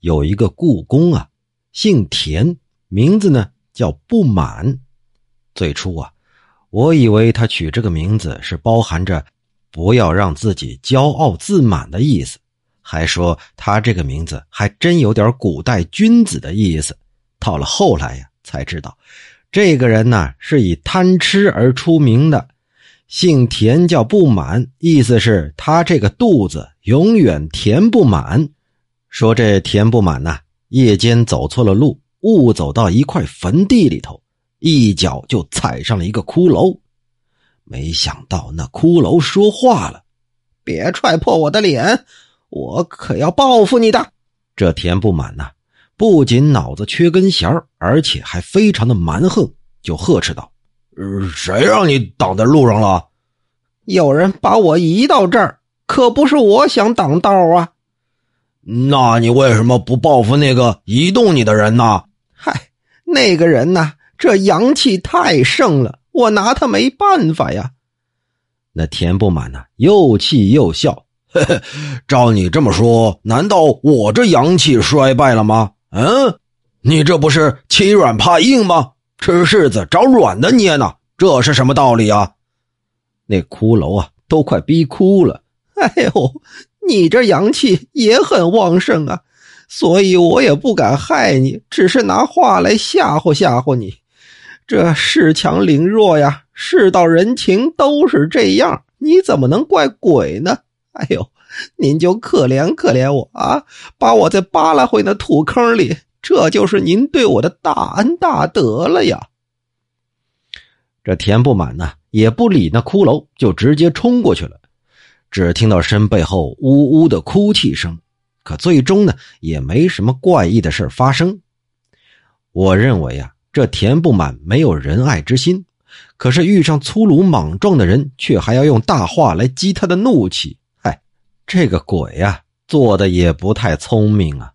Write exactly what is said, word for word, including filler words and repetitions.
有一个故宫啊，姓田，名字呢叫不满。最初啊，我以为他取这个名字是包含着不要让自己骄傲自满的意思，还说他这个名字还真有点古代君子的意思。到了后来呀，才知道这个人呢是以贪吃而出名的，姓田叫不满，意思是他这个肚子永远填不满。说这田不满呢，夜间走错了路，误走到一块坟地里头，一脚就踩上了一个骷髅。没想到那骷髅说话了：别踹破我的脸，我可要报复你的。这田不满呢，不仅脑子缺根弦，而且还非常的蛮横，就呵斥道： 呃、谁让你挡在路上了？ 有人把我移到这儿，可不是我想挡道啊。 那你为什么不报复那个移动你的人呢？ 嗨，那个人呢，这阳气太盛了，我拿他没办法呀。那田不满呢，又气又笑： 嘿嘿，照你这么说，难道我这阳气衰败了吗？嗯，你这不是欺软怕硬吗？吃柿子找软的捏呢，这是什么道理啊？ 那骷髅啊，都快逼哭了。哎呦，你这阳气也很旺盛啊，所以我也不敢害你，只是拿话来吓唬吓唬你。这恃强凌弱呀，世道人情都是这样，你怎么能怪鬼呢？哎呦，您就可怜可怜我啊，把我再扒拉回那土坑里，这就是您对我的大恩大德了呀。这田不满呢，也不理那骷髅，就直接冲过去了。只听到身背后呜呜的哭泣声，可最终呢，也没什么怪异的事发生。我认为啊，这田不满没有仁爱之心，可是遇上粗鲁莽撞的人，却还要用大话来激他的怒气。嗨，这个鬼啊，做的也不太聪明啊。